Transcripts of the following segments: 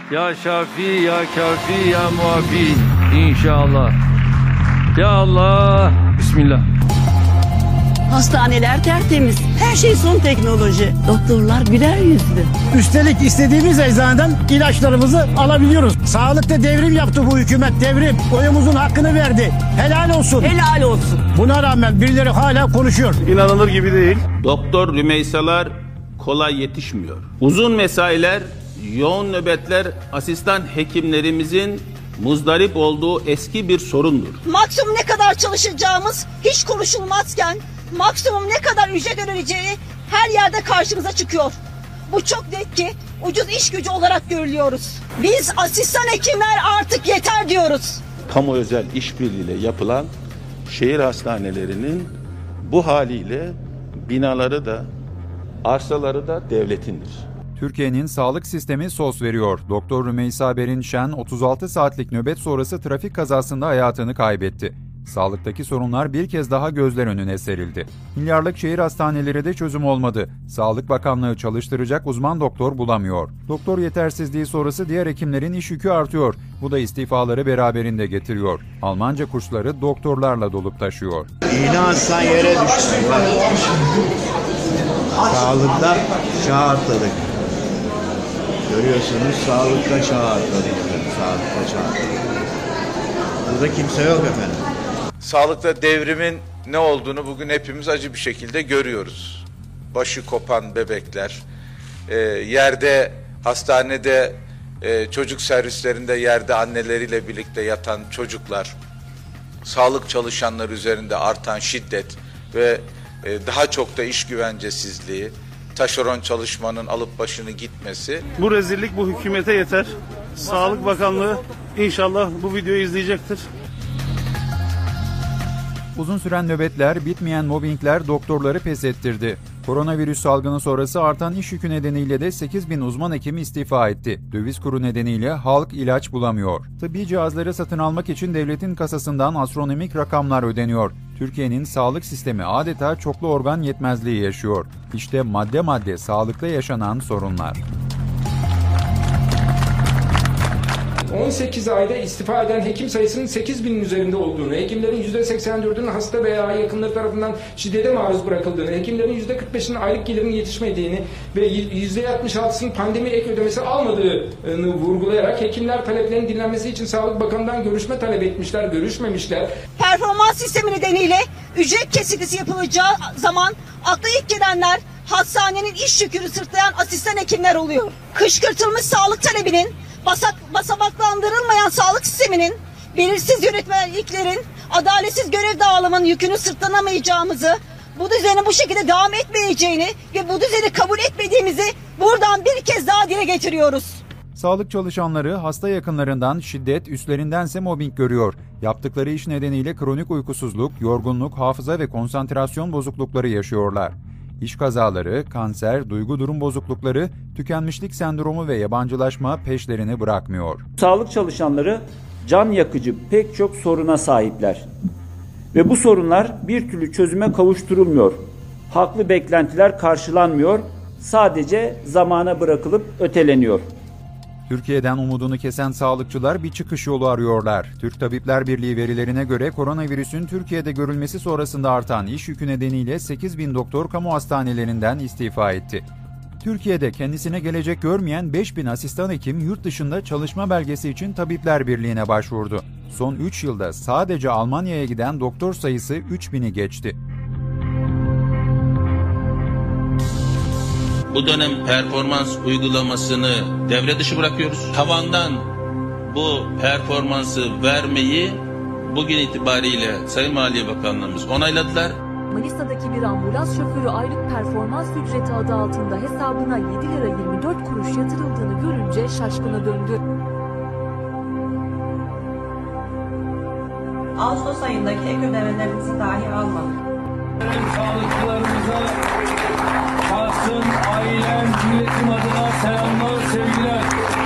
Ya Şafi, ya Kafi, ya Muafi. İnşallah. Ya Allah. Bismillah. Hastaneler tertemiz. Her şey son teknoloji. Doktorlar güler yüzlü. Üstelik istediğimiz eczaneden ilaçlarımızı alabiliyoruz. Sağlıkta devrim yaptı bu hükümet, devrim. Oyumuzun hakkını verdi. Helal olsun. Helal olsun. Buna rağmen birileri hala konuşuyor. İnanılır gibi değil. Doktor Rümeysalar kolay yetişmiyor. Uzun mesailer, yoğun nöbetler asistan hekimlerimizin muzdarip olduğu eski bir sorundur. Maksimum ne kadar çalışacağımız hiç konuşulmazken maksimum ne kadar ücret ödeneceği her yerde karşımıza çıkıyor. Bu çok net ki ucuz iş gücü olarak görülüyoruz. Biz asistan hekimler artık yeter diyoruz. Kamu özel işbirliğiyle yapılan şehir hastanelerinin bu haliyle binaları da arsaları da devletindir. Türkiye'nin sağlık sistemi sos veriyor. Doktor Rümeysa Berinşen 36 saatlik nöbet sonrası trafik kazasında hayatını kaybetti. Sağlıktaki sorunlar bir kez daha gözler önüne serildi. Milyarlık şehir hastaneleri de çözüm olmadı. Sağlık Bakanlığı çalıştıracak uzman doktor bulamıyor. Doktor yetersizliği sonrası diğer hekimlerin iş yükü artıyor. Bu da istifaları beraberinde getiriyor. Almanca kursları doktorlarla dolup taşıyor. İnansan yere düştü. Sağlıkta çağ atladık. Görüyorsunuz sağlıkta çağ atladık. Sağlıkta çağ atladık. Burada kimse yok efendim. Sağlıkta devrimin ne olduğunu bugün hepimiz acı bir şekilde görüyoruz. Başı kopan bebekler, yerde, hastanede, çocuk servislerinde yerde anneleriyle birlikte yatan çocuklar, sağlık çalışanları üzerinde artan şiddet ve daha çok da iş güvencesizliği, taşeron çalışmanın alıp başını gitmesi. Bu rezillik bu hükümete yeter. Sağlık Bakanlığı inşallah bu videoyu izleyecektir. Uzun süren nöbetler, bitmeyen mobbingler doktorları pes ettirdi. Koronavirüs salgını sonrası artan iş yükü nedeniyle de 8.000 uzman hekim istifa etti. Döviz kuru nedeniyle halk ilaç bulamıyor. Tıbbi cihazları satın almak için devletin kasasından astronomik rakamlar ödeniyor. Türkiye'nin sağlık sistemi adeta çoklu organ yetmezliği yaşıyor. İşte madde madde sağlıkta yaşanan sorunlar. 18 ayda istifa eden hekim sayısının 8.000'in üzerinde olduğunu, hekimlerin %84'ünün hasta veya yakınları tarafından şiddete maruz bırakıldığını, hekimlerin %45'inin aylık gelirinin yetişmediğini ve %66'sının pandemi ek ödemesi almadığını vurgulayarak hekimler taleplerinin dinlenmesi için Sağlık Bakanı'ndan görüşme talep etmişler, görüşmemişler. Performans sistemi nedeniyle ücret kesintisi yapılacağı zaman akla ilk gelenler hastanenin iş yükünü sırtlayan asistan hekimler oluyor. Kışkırtılmış sağlık talebinin, basamaklandırılmayan sağlık sisteminin, belirsiz yönetmeliklerin, adaletsiz görev dağılımının yükünü sırtlanamayacağımızı, bu düzenin bu şekilde devam etmeyeceğini ve bu düzeni kabul etmediğimizi buradan bir kez daha dile getiriyoruz. Sağlık çalışanları hasta yakınlarından şiddet, üstlerindense mobbing görüyor. Yaptıkları iş nedeniyle kronik uykusuzluk, yorgunluk, hafıza ve konsantrasyon bozuklukları yaşıyorlar. İş kazaları, kanser, duygu durum bozuklukları, tükenmişlik sendromu ve yabancılaşma peşlerini bırakmıyor. Sağlık çalışanları can yakıcı pek çok soruna sahipler. Ve bu sorunlar bir türlü çözüme kavuşturulmuyor. Haklı beklentiler karşılanmıyor, sadece zamana bırakılıp öteleniyor. Türkiye'den umudunu kesen sağlıkçılar bir çıkış yolu arıyorlar. Türk Tabipler Birliği verilerine göre koronavirüsün Türkiye'de görülmesi sonrasında artan iş yükü nedeniyle 8.000 doktor kamu hastanelerinden istifa etti. Türkiye'de kendisine gelecek görmeyen 5.000 asistan hekim yurt dışında çalışma belgesi için Tabipler Birliği'ne başvurdu. Son 3 yılda sadece Almanya'ya giden doktor sayısı 3.000'i geçti. Bu dönem performans uygulamasını devre dışı bırakıyoruz. Tavandan bu performansı vermeyi bugün itibariyle Sayın Maliye Bakanlığımız onayladılar. Manisa'daki bir ambulans şoförü aylık performans ücreti adı altında hesabına 7 lira 24 kuruş yatırıldığını görünce şaşkına döndü. Ağustos ayındaki ek ödemelerimizi dahi almadık. Sağlıkçılarımıza şahsım, ailem, milletim adına selamlar, sevgiler.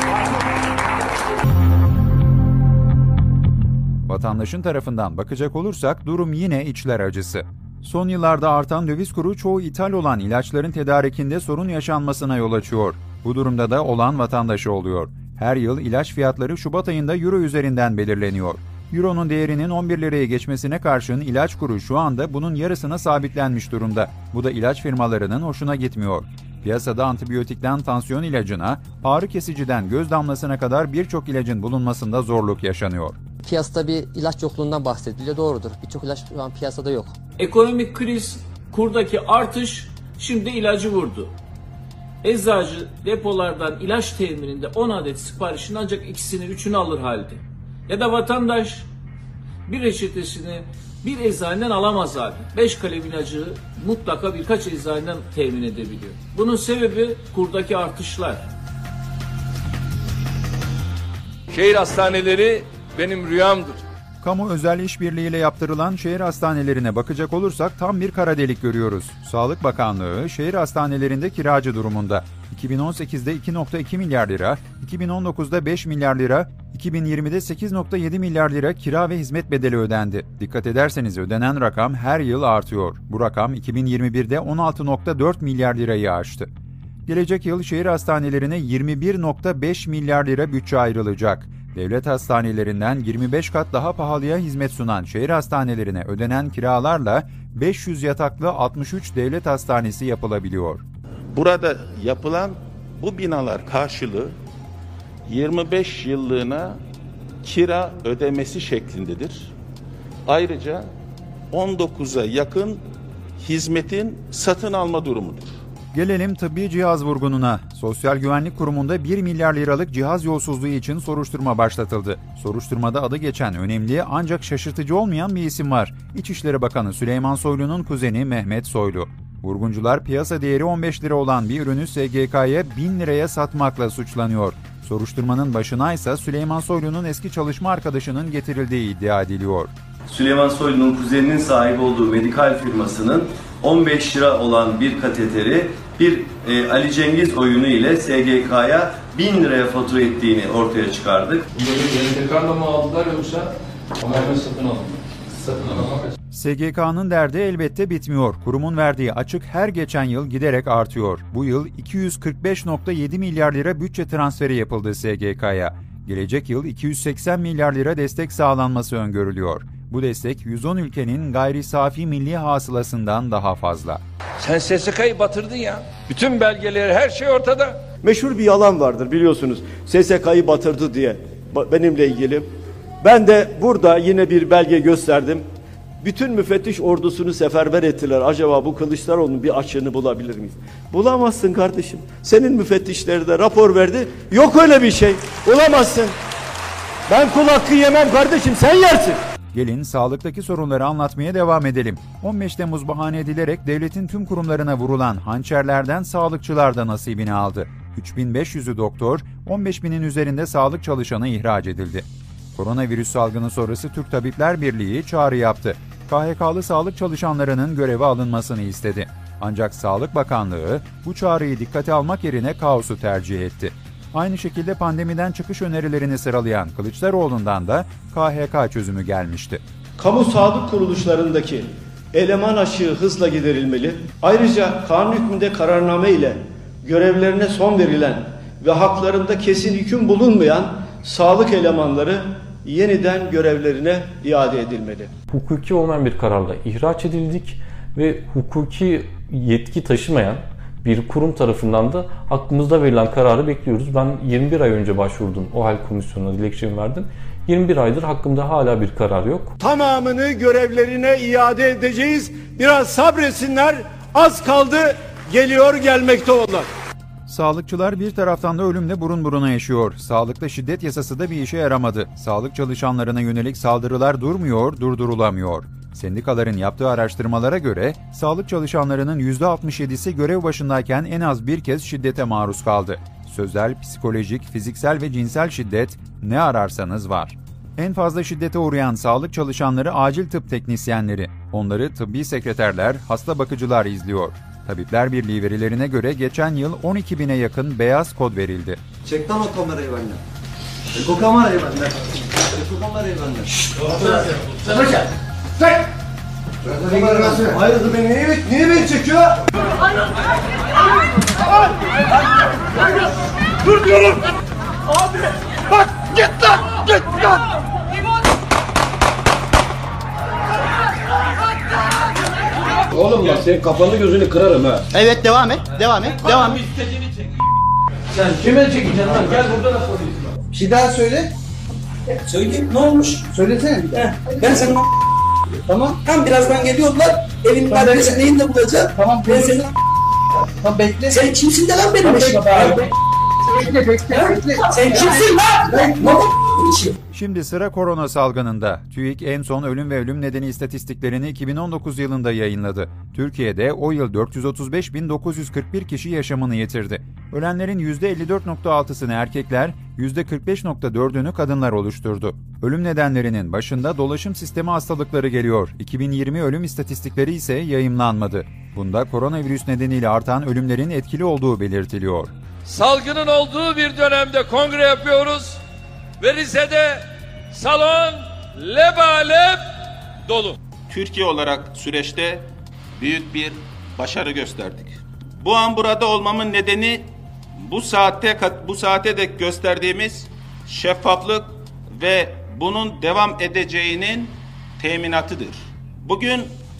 Vatandaşın tarafından bakacak olursak durum yine içler acısı. Son yıllarda artan döviz kuru çoğu ithal olan ilaçların tedarikinde sorun yaşanmasına yol açıyor. Bu durumda da olan vatandaşı oluyor. Her yıl ilaç fiyatları Şubat ayında Euro üzerinden belirleniyor. Euro'nun değerinin 11 liraya geçmesine karşın ilaç kuru şu anda bunun yarısına sabitlenmiş durumda. Bu da ilaç firmalarının hoşuna gitmiyor. Piyasada antibiyotikten tansiyon ilacına, ağrı kesiciden göz damlasına kadar birçok ilacın bulunmasında zorluk yaşanıyor. Piyasada bir ilaç yokluğundan bahsediliyor, doğrudur. Birçok ilaç şu an piyasada yok. Ekonomik kriz, kurdaki artış şimdi ilacı vurdu. Eczacı depolardan ilaç temininde 10 adet siparişin ancak ikisini, üçünü alır halde. Ya da vatandaş bir reçetesini bir eczaneden alamaz halde. 5 kalem ilacı mutlaka birkaç eczaneden temin edebiliyor. Bunun sebebi kurdaki artışlar. Şehir hastaneleri benim rüyamdır. Kamu özel işbirliğiyle yaptırılan şehir hastanelerine bakacak olursak tam bir kara delik görüyoruz. Sağlık Bakanlığı şehir hastanelerinde kiracı durumunda. 2018'de 2.2 milyar lira, 2019'da 5 milyar lira, 2020'de 8.7 milyar lira kira ve hizmet bedeli ödendi. Dikkat ederseniz ödenen rakam her yıl artıyor. Bu rakam 2021'de 16.4 milyar lirayı aştı. Gelecek yıl şehir hastanelerine 21.5 milyar lira bütçe ayrılacak. Devlet hastanelerinden 25 kat daha pahalıya hizmet sunan şehir hastanelerine ödenen kiralarla 500 yataklı 63 devlet hastanesi yapılabiliyor. Burada yapılan bu binalar karşılığı 25 yıllığına kira ödemesi şeklindedir. Ayrıca 19'a yakın hizmetin satın alma durumudur. Gelelim tıbbi cihaz vurgununa. Sosyal Güvenlik Kurumu'nda 1 milyar liralık cihaz yolsuzluğu için soruşturma başlatıldı. Soruşturmada adı geçen önemli ancak şaşırtıcı olmayan bir isim var. İçişleri Bakanı Süleyman Soylu'nun kuzeni Mehmet Soylu. Vurguncular piyasa değeri 15 lira olan bir ürünü SGK'ya 1000 liraya satmakla suçlanıyor. Soruşturmanın başına ise Süleyman Soylu'nun eski çalışma arkadaşının getirildiği iddia ediliyor. Süleyman Soylu'nun kuzeninin sahip olduğu medikal firmasının 15 lira olan bir kateteri bir Ali Cengiz oyunu ile SGK'ya 1000 liraya fatura ettiğini ortaya çıkardık. SGK'da mı aldılar yoksa tamamen satın alındı? SGK'nın derdi elbette bitmiyor. Kurumun verdiği açık her geçen yıl giderek artıyor. Bu yıl 245.7 milyar lira bütçe transferi yapıldı SGK'ya. Gelecek yıl 280 milyar lira destek sağlanması öngörülüyor. Bu destek 110 ülkenin gayri safi milli hasılasından daha fazla. Sen SSK'yı batırdın ya. Bütün belgeleri, her şey ortada. Meşhur bir yalan vardır biliyorsunuz. SSK'yı batırdı diye benimle ilgili. Ben de burada yine bir belge gösterdim. Bütün müfettiş ordusunu seferber ettiler. Acaba bu Kılıçdaroğlu'nun bir açığını bulabilir miyiz? Bulamazsın kardeşim. Senin müfettişleri de rapor verdi. Yok öyle bir şey. Bulamazsın. Ben kul hakkı yemem kardeşim, sen yersin. Gelin sağlıktaki sorunları anlatmaya devam edelim. 15 Temmuz bahane edilerek devletin tüm kurumlarına vurulan hançerlerden sağlıkçılar da nasibini aldı. 3500'ü doktor, 15.000'in üzerinde sağlık çalışanı ihraç edildi. Koronavirüs salgını sonrası Türk Tabipler Birliği çağrı yaptı. KHK'lı sağlık çalışanlarının göreve alınmasını istedi. Ancak Sağlık Bakanlığı bu çağrıyı dikkate almak yerine kaosu tercih etti. Aynı şekilde pandemiden çıkış önerilerini sıralayan Kılıçdaroğlu'ndan da KHK çözümü gelmişti. Kamu sağlık kuruluşlarındaki eleman açığı hızla giderilmeli. Ayrıca kanun hükmünde kararname ile görevlerine son verilen ve haklarında kesin hüküm bulunmayan sağlık elemanları yeniden görevlerine iade edilmeli. Hukuki olmayan bir kararla ihraç edildik ve hukuki yetki taşımayan bir kurum tarafından da hakkımızda verilen kararı bekliyoruz. Ben 21 ay önce başvurdum. OHAL komisyonuna dilekçemi verdim. 21 aydır hakkımda hala bir karar yok. Tamamını görevlerine iade edeceğiz. Biraz sabretsinler. Az kaldı. Geliyor, gelmekte onlar. Sağlıkçılar bir taraftan da ölümle burun buruna yaşıyor. Sağlıkta şiddet yasası da bir işe yaramadı. Sağlık çalışanlarına yönelik saldırılar durmuyor, durdurulamıyor. Sendikaların yaptığı araştırmalara göre sağlık çalışanlarının %67'si görev başındayken en az bir kez şiddete maruz kaldı. Sözel, psikolojik, fiziksel ve cinsel şiddet ne ararsanız var. En fazla şiddete uğrayan sağlık çalışanları acil tıp teknisyenleri. Onları tıbbi sekreterler, hasta bakıcılar izliyor. Tabipler Birliği verilerine göre geçen yıl 12.000'e yakın beyaz kod verildi. Çek lan o kamerayı benden. Çek o kamerayı benden. Çek o kamerayı benden. Sen çek. Çek. Hayırdır beni niye beni çekiyor? Dur diyorum. Abi bak git lan git lan. Oğlum ya senin kafanı gözünü kırarım ha. Evet devam et. Sen kime çekeceksin lan? Gel burada da konuşma. Bir şey daha söyle. Söyle ne olmuş? Söylesene. Ben senin tamam. Tam birazdan geliyorlar. Evin adresi neyinde bulacağım? Tamam. Ben seni tamam bekle. Sen kimsin de lan benim başıma? Bekle. Sen kimsin lan? Şimdi sıra korona salgınında. TÜİK en son ölüm ve ölüm nedeni istatistiklerini 2019 yılında yayınladı. Türkiye'de o yıl 435.941 kişi yaşamını yitirdi. Ölenlerin %54.6'sını erkekler, %45.4'ünü kadınlar oluşturdu. Ölüm nedenlerinin başında dolaşım sistemi hastalıkları geliyor. 2020 ölüm istatistikleri ise yayımlanmadı. Bunda koronavirüs nedeniyle artan ölümlerin etkili olduğu belirtiliyor. Salgının olduğu bir dönemde kongre yapıyoruz ve Rize'de salon lebalep dolu. Türkiye olarak süreçte büyük bir başarı gösterdik. Bu an burada olmamın nedeni bu saate dek gösterdiğimiz şeffaflık ve bunun devam edeceğinin teminatıdır. Bugün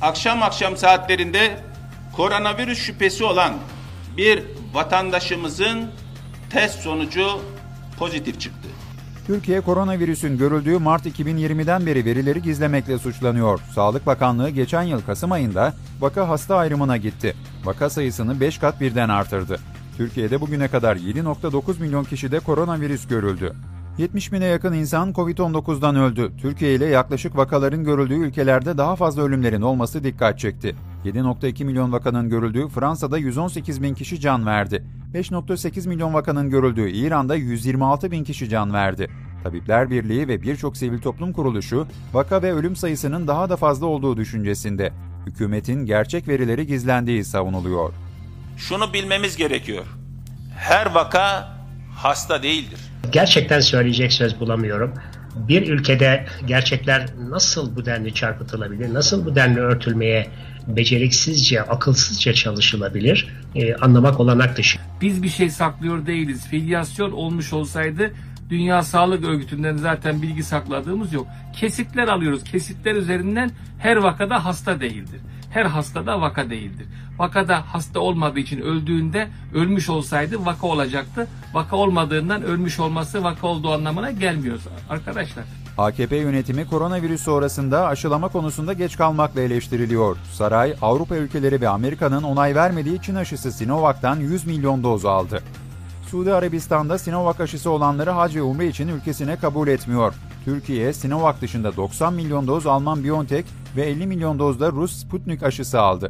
akşam saatlerinde koronavirüs şüphesi olan bir vatandaşımızın test sonucu pozitif çıktı. Türkiye koronavirüsün görüldüğü Mart 2020'den beri verileri gizlemekle suçlanıyor. Sağlık Bakanlığı geçen yıl Kasım ayında vaka hasta ayrımına gitti. Vaka sayısını 5 kat birden artırdı. Türkiye'de bugüne kadar 7.9 milyon kişide koronavirüs görüldü. 70 bine yakın insan Covid-19'dan öldü. Türkiye ile yaklaşık vakaların görüldüğü ülkelerde daha fazla ölümlerin olması dikkat çekti. 7.2 milyon vakanın görüldüğü Fransa'da 118 bin kişi can verdi. 5.8 milyon vakanın görüldüğü İran'da 126 bin kişi can verdi. Tabipler Birliği ve birçok sivil toplum kuruluşu vaka ve ölüm sayısının daha da fazla olduğu düşüncesinde. Hükümetin gerçek verileri gizlendiği savunuluyor. Şunu bilmemiz gerekiyor. Her vaka hasta değildir. Gerçekten söyleyecek söz bulamıyorum. Bir ülkede gerçekler nasıl bu denli çarpıtılabilir, nasıl bu denli örtülmeye beceriksizce, akılsızca çalışılabilir anlamak olanak dışı. Biz bir şey saklıyor değiliz. Filyasyon olmuş olsaydı Dünya Sağlık Örgütü'nden zaten bilgi sakladığımız yok. Kesitler alıyoruz. Kesitler üzerinden her vakada hasta değildir. Her hastada vaka değildir. Vakada hasta olmadığı için öldüğünde ölmüş olsaydı vaka olacaktı. Vaka olmadığından ölmüş olması vaka olduğu anlamına gelmiyor arkadaşlar. AKP yönetimi koronavirüs sonrasında aşılama konusunda geç kalmakla eleştiriliyor. Saray, Avrupa ülkeleri ve Amerika'nın onay vermediği Çin aşısı Sinovac'tan 100 milyon doz aldı. Suudi Arabistan'da Sinovac aşısı olanları hac ve umre için ülkesine kabul etmiyor. Türkiye, Sinovac dışında 90 milyon doz Alman BioNTech ve 50 milyon doz da Rus Sputnik aşısı aldı.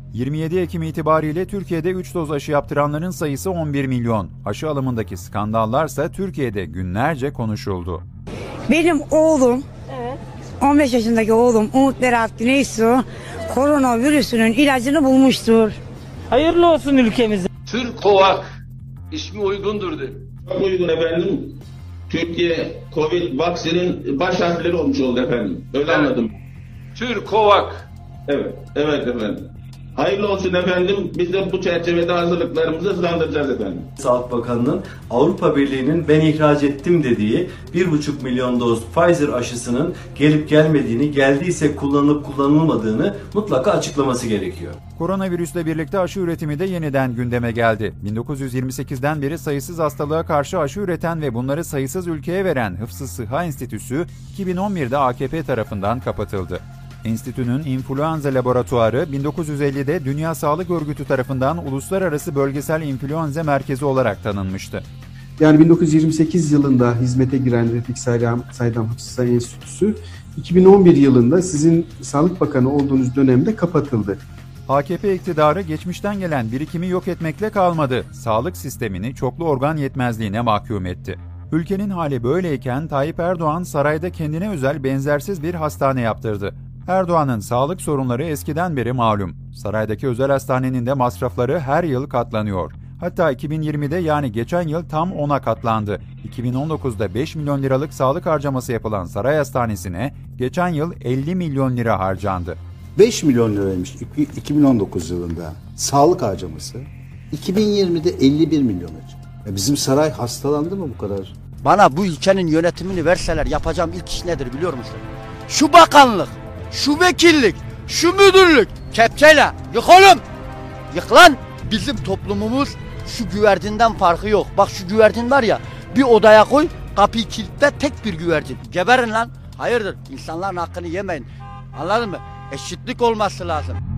27 Ekim itibariyle Türkiye'de 3 doz aşı yaptıranların sayısı 11 milyon. Aşı alımındaki skandallarsa Türkiye'de günlerce konuşuldu. Benim oğlum, 15 yaşındaki oğlum Umut Berat Güneysu koronavirüsünün ilacını bulmuştur. Hayırlı olsun ülkemize. Türkovac ismi uygundur de. Çok uygun efendim. Türkiye Covid vaksinin baş harfleri olmuş oldu efendim. Öyle anladım. Türkovac. Evet efendim. Hayırlı olsun efendim. Biz de bu çerçevede hazırlıklarımızı hızlandıracağız efendim. Sağlık Bakanı'nın Avrupa Birliği'nin ben ihraç ettim dediği 1,5 milyon doz Pfizer aşısının gelip gelmediğini, geldiyse kullanılıp kullanılmadığını mutlaka açıklaması gerekiyor. Koronavirüsle birlikte aşı üretimi de yeniden gündeme geldi. 1928'den beri sayısız hastalığa karşı aşı üreten ve bunları sayısız ülkeye veren Hıfzı Sıhha Enstitüsü 2011'de AKP tarafından kapatıldı. Enstitünün influenza laboratuvarı 1950'de Dünya Sağlık Örgütü tarafından Uluslararası Bölgesel İnfluenza Merkezi olarak tanınmıştı. Yani 1928 yılında hizmete giren Refik Saydam Hıfzı Sıhha Enstitüsü 2011 yılında sizin Sağlık Bakanı olduğunuz dönemde kapatıldı. AKP iktidarı geçmişten gelen birikimi yok etmekle kalmadı. Sağlık sistemini çoklu organ yetmezliğine mahkum etti. Ülkenin hali böyleyken Tayyip Erdoğan sarayda kendine özel benzersiz bir hastane yaptırdı. Erdoğan'ın sağlık sorunları eskiden beri malum. Saraydaki özel hastanenin de masrafları her yıl katlanıyor. Hatta 2020'de yani geçen yıl tam 10'a katlandı. 2019'da 5 milyon liralık sağlık harcaması yapılan saray hastanesine geçen yıl 50 milyon lira harcandı. 5 milyon liraymış 2019 yılında sağlık harcaması. 2020'de 51 milyon. Bizim saray hastalandı mı bu kadar? Bana bu ülkenin yönetimini verseler yapacağım ilk iş nedir biliyor musun? Şu bakanlık, şu vekillik, şu müdürlük kepçeyle yık oğlum. Yık lan. Bizim toplumumuz şu güvercinden farkı yok. Bak şu güvercin var ya, bir odaya koy, kapıyı kilitle, tek bir güvercin. Geberin lan. Hayırdır? İnsanların hakkını yemeyin. Anladın mı? Eşitlik olması lazım.